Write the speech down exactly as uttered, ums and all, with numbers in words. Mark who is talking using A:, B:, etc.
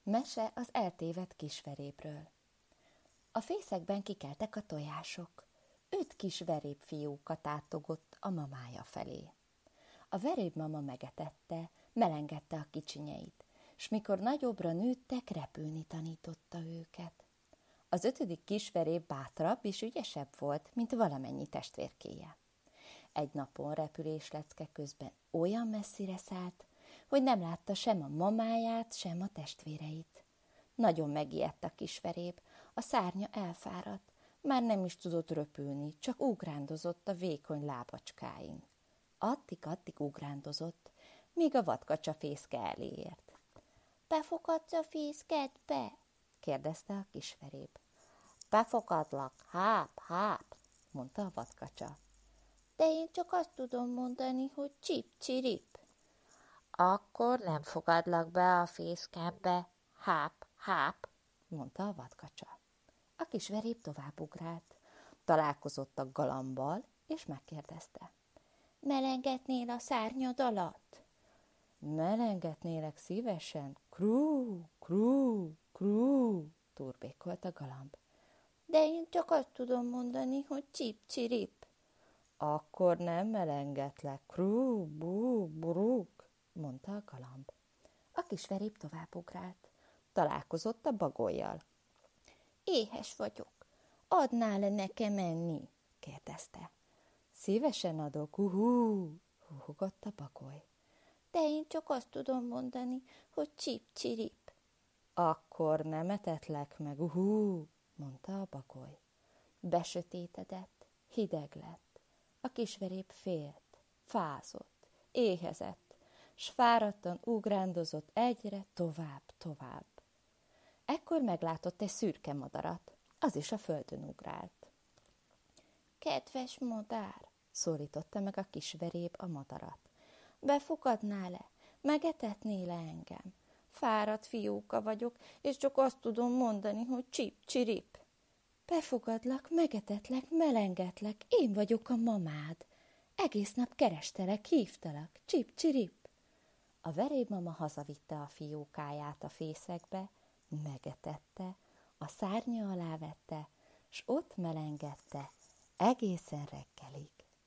A: Mese az eltévedt kisverébről. A fészekben kikeltek a tojások. Öt kis verébfiú katátogott a mamája felé. A verébmama megetette, melengedte a kicsinyeit, s mikor nagyobbra nőttek, repülni tanította őket. Az ötödik kisveréb bátrabb és ügyesebb volt, mint valamennyi testvérkéje. Egy napon repüléslecke közben olyan messzire szállt, hogy nem látta sem a mamáját, sem a testvéreit. Nagyon megijedt a kisveréb, a szárnya elfáradt, már nem is tudott röpülni, csak ugrándozott a vékony lábacskáin. Addig-addig ugrándozott, míg a vadkacsa fészke elé ért. – Befogadsz a fészkedbe? – kérdezte a kisveréb. – Befogadlak, háp, háp – mondta a vadkacsa. – De én csak azt tudom mondani, hogy csip-csirip. – Akkor nem fogadlak be a fészkembe, háp, háp – mondta a vadkacsa. A kisveréb tovább ugrált, találkozott a galambbal, és megkérdezte. – Melengetnél a szárnyad alatt? – Melengetnélek szívesen, krú, krú, krú, turbékolt a galamb. – De én csak azt tudom mondani, hogy csip-csirip. – Akkor nem melengetlek, krú, bú, buruk, mondta a galamb. A kisveréb tovább ugrált, találkozott a bagollyal. – Éhes vagyok, adnál-e nekem enni? – kérdezte. – Szívesen adok, uhú, húhogott a bagoly. – De én csak azt tudom mondani, hogy csip-csirip. – Akkor nem etetlek meg, uhú, mondta a bagoly. Besötétedett, hideg lett, a kisveréb félt, fázott, éhezett, s fáradtan ugrándozott egyre tovább-tovább. Ekkor meglátott egy szürke madarat, az is a földön ugrált. – Kedves madár, szólította meg a kisveréb a madarat. Befogadnál-e? Megetetnél-e engem? Fáradt fiúka vagyok, és csak azt tudom mondani, hogy csip-csirip. Befogadlak, megetetlek, melengetlek, én vagyok a mamád. Egész nap kerestelek, hívtalak, csip-csirip. A verébmama hazavitte a fiókáját a fészekbe, megetette, a szárnya alá vette, s ott melengedte egészen reggelig.